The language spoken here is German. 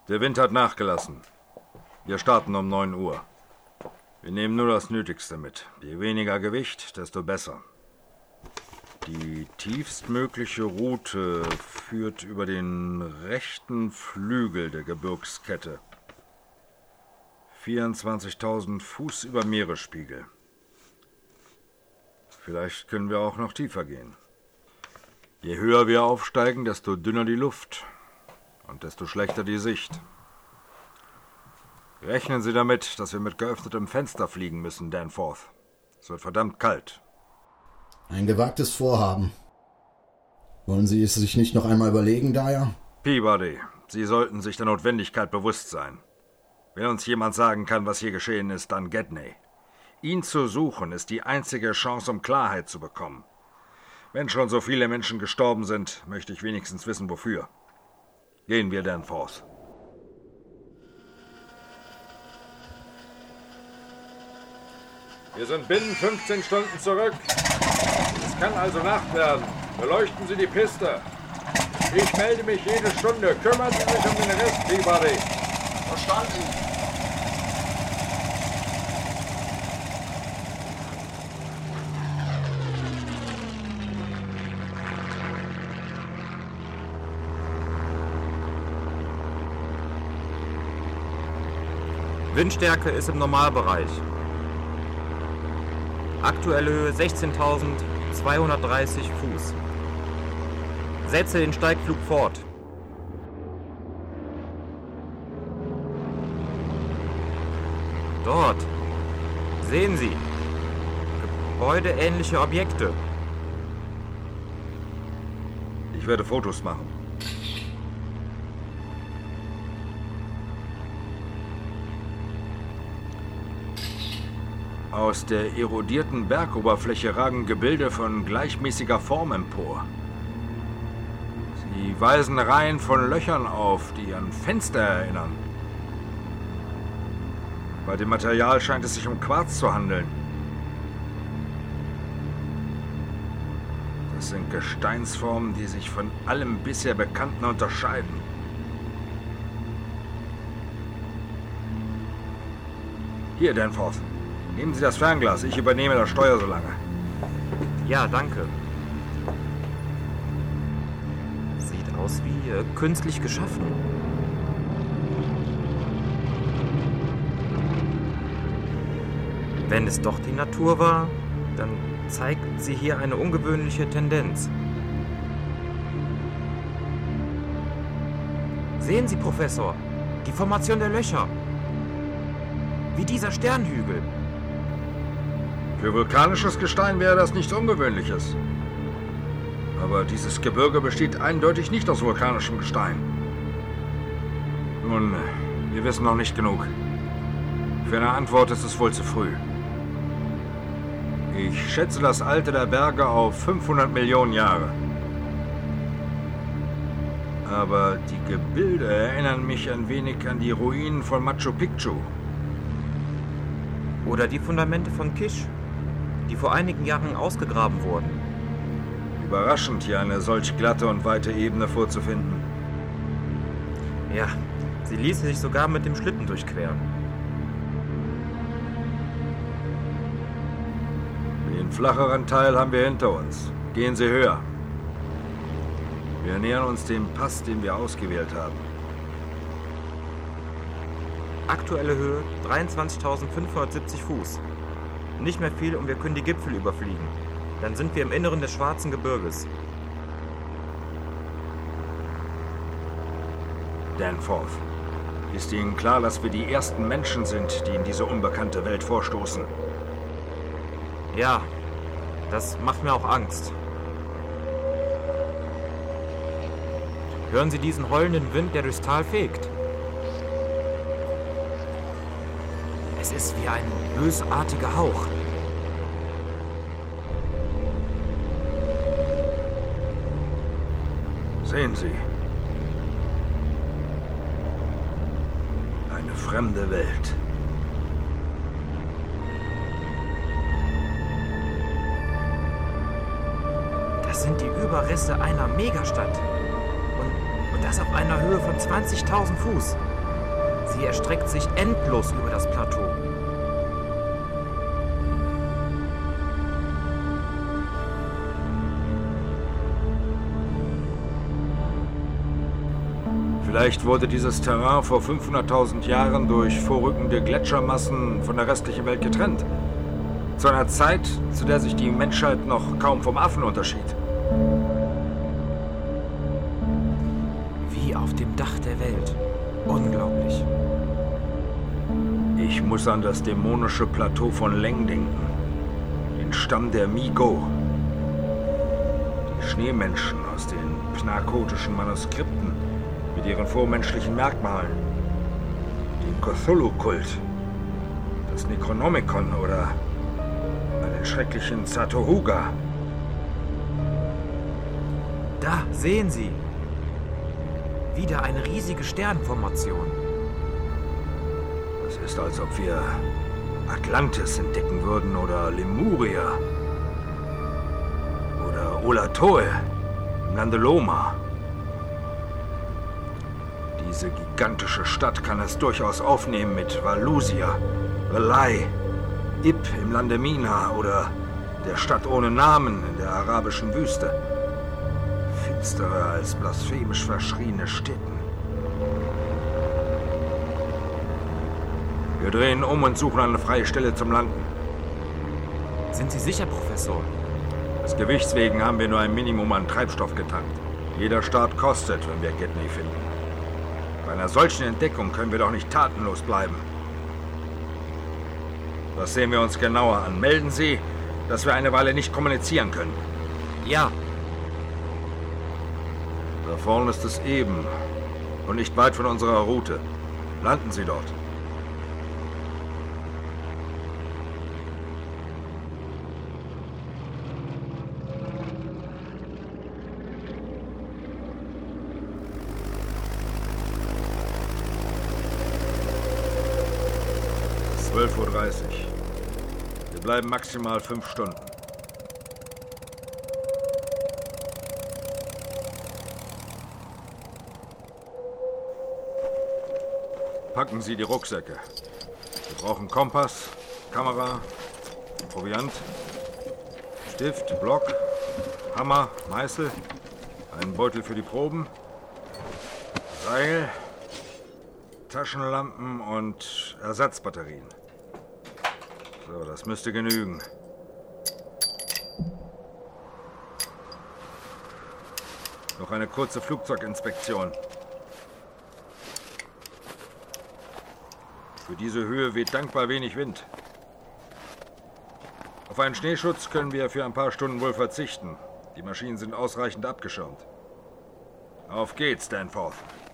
Der Wind hat nachgelassen. Wir starten um 9 Uhr. Wir nehmen nur das Nötigste mit. Je weniger Gewicht, desto besser. Die tiefstmögliche Route führt über den rechten Flügel der Gebirgskette. 24.000 Fuß über Meeresspiegel. Vielleicht können wir auch noch tiefer gehen. Je höher wir aufsteigen, desto dünner die Luft und desto schlechter die Sicht. Rechnen Sie damit, dass wir mit geöffnetem Fenster fliegen müssen, Danforth. Es wird verdammt kalt. Ein gewagtes Vorhaben. Wollen Sie es sich nicht noch einmal überlegen, Dyer? Peabody, Sie sollten sich der Notwendigkeit bewusst sein. Wenn uns jemand sagen kann, was hier geschehen ist, dann Gedney. Ihn zu suchen, ist die einzige Chance, um Klarheit zu bekommen. Wenn schon so viele Menschen gestorben sind, möchte ich wenigstens wissen, wofür. Gehen wir, Danforth. Wir sind binnen 15 Stunden zurück. Es kann also Nacht werden. Beleuchten Sie die Piste. Ich melde mich jede Stunde. Kümmern Sie sich um den Rest, Peabody. Verstanden. Windstärke ist im Normalbereich. Aktuelle Höhe 16.230 Fuß. Setze den Steigflug fort. Dort. Sehen Sie. Gebäudeähnliche Objekte. Ich werde Fotos machen. Aus der erodierten Bergoberfläche ragen Gebilde von gleichmäßiger Form empor. Sie weisen Reihen von Löchern auf, die an Fenster erinnern. Bei dem Material scheint es sich um Quarz zu handeln. Das sind Gesteinsformen, die sich von allem bisher Bekannten unterscheiden. Hier, Danforth. Nehmen Sie das Fernglas, ich übernehme das Steuer so lange. Ja, danke. Sieht aus wie künstlich geschaffen. Wenn es doch die Natur war, dann zeigt sie hier eine ungewöhnliche Tendenz. Sehen Sie, Professor, die Formation der Löcher. Wie dieser Sternhügel. Für vulkanisches Gestein wäre das nichts Ungewöhnliches. Aber dieses Gebirge besteht eindeutig nicht aus vulkanischem Gestein. Nun, wir wissen noch nicht genug. Für eine Antwort ist es wohl zu früh. Ich schätze das Alter der Berge auf 500 Millionen Jahre. Aber die Gebilde erinnern mich ein wenig an die Ruinen von Machu Picchu. Oder die Fundamente von Kish, die vor einigen Jahren ausgegraben wurden. Überraschend, hier eine solch glatte und weite Ebene vorzufinden. Ja, sie ließe sich sogar mit dem Schlitten durchqueren. Den flacheren Teil haben wir hinter uns. Gehen Sie höher. Wir nähern uns dem Pass, den wir ausgewählt haben. Aktuelle Höhe 23.570 Fuß. Nicht mehr viel und wir können die Gipfel überfliegen. Dann sind wir im Inneren des Schwarzen Gebirges. Danforth, ist Ihnen klar, dass wir die ersten Menschen sind, die in diese unbekannte Welt vorstoßen? Ja, das macht mir auch Angst. Hören Sie diesen heulenden Wind, der durchs Tal fegt? Es ist wie ein bösartiger Hauch. Sehen Sie. Eine fremde Welt. Das sind die Überreste einer Megastadt. Und das auf einer Höhe von 20.000 Fuß. Sie erstreckt sich endlos über das Plateau. Vielleicht wurde dieses Terrain vor 500.000 Jahren durch vorrückende Gletschermassen von der restlichen Welt getrennt. Zu einer Zeit, zu der sich die Menschheit noch kaum vom Affen unterschied. Wie auf dem Dach der Welt. Unglaublich. Ich muss an das dämonische Plateau von Leng denken. Den Stamm der Mi-Go. Die Schneemenschen aus den pnakotischen Manuskripten mit ihren vormenschlichen Merkmalen. Den Cthulhu-Kult. Das Necronomicon oder den schrecklichen Zatoruga. Da, sehen Sie. Wieder eine riesige Sternformation. Es ist, als ob wir Atlantis entdecken würden oder Lemuria. Oder Olatoe im Lande Loma. Diese gigantische Stadt kann es durchaus aufnehmen mit Valusia, Relai, Ib im Lande Mina oder der Stadt ohne Namen in der arabischen Wüste. Finstere als blasphemisch verschriene Städten. Wir drehen um und suchen eine freie Stelle zum Landen. Sind Sie sicher, Professor? Des Gewichts wegen haben wir nur ein Minimum an Treibstoff getankt. Jeder Start kostet, wenn wir Gedney finden. Bei einer solchen Entdeckung können wir doch nicht tatenlos bleiben. Das sehen wir uns genauer an. Melden Sie, dass wir eine Weile nicht kommunizieren können. Ja. Da vorne ist es eben und nicht weit von unserer Route. Landen Sie dort. Es ist 12:30 Uhr. Wir bleiben maximal 5 Stunden. Packen Sie die Rucksäcke. Wir brauchen Kompass, Kamera, Proviant, Stift, Block, Hammer, Meißel, einen Beutel für die Proben, Seil, Taschenlampen und Ersatzbatterien. So, das müsste genügen. Noch eine kurze Flugzeuginspektion. Für diese Höhe weht dankbar wenig Wind. Auf einen Schneeschutz können wir für ein paar Stunden wohl verzichten. Die Maschinen sind ausreichend abgeschirmt. Auf geht's, Danforth.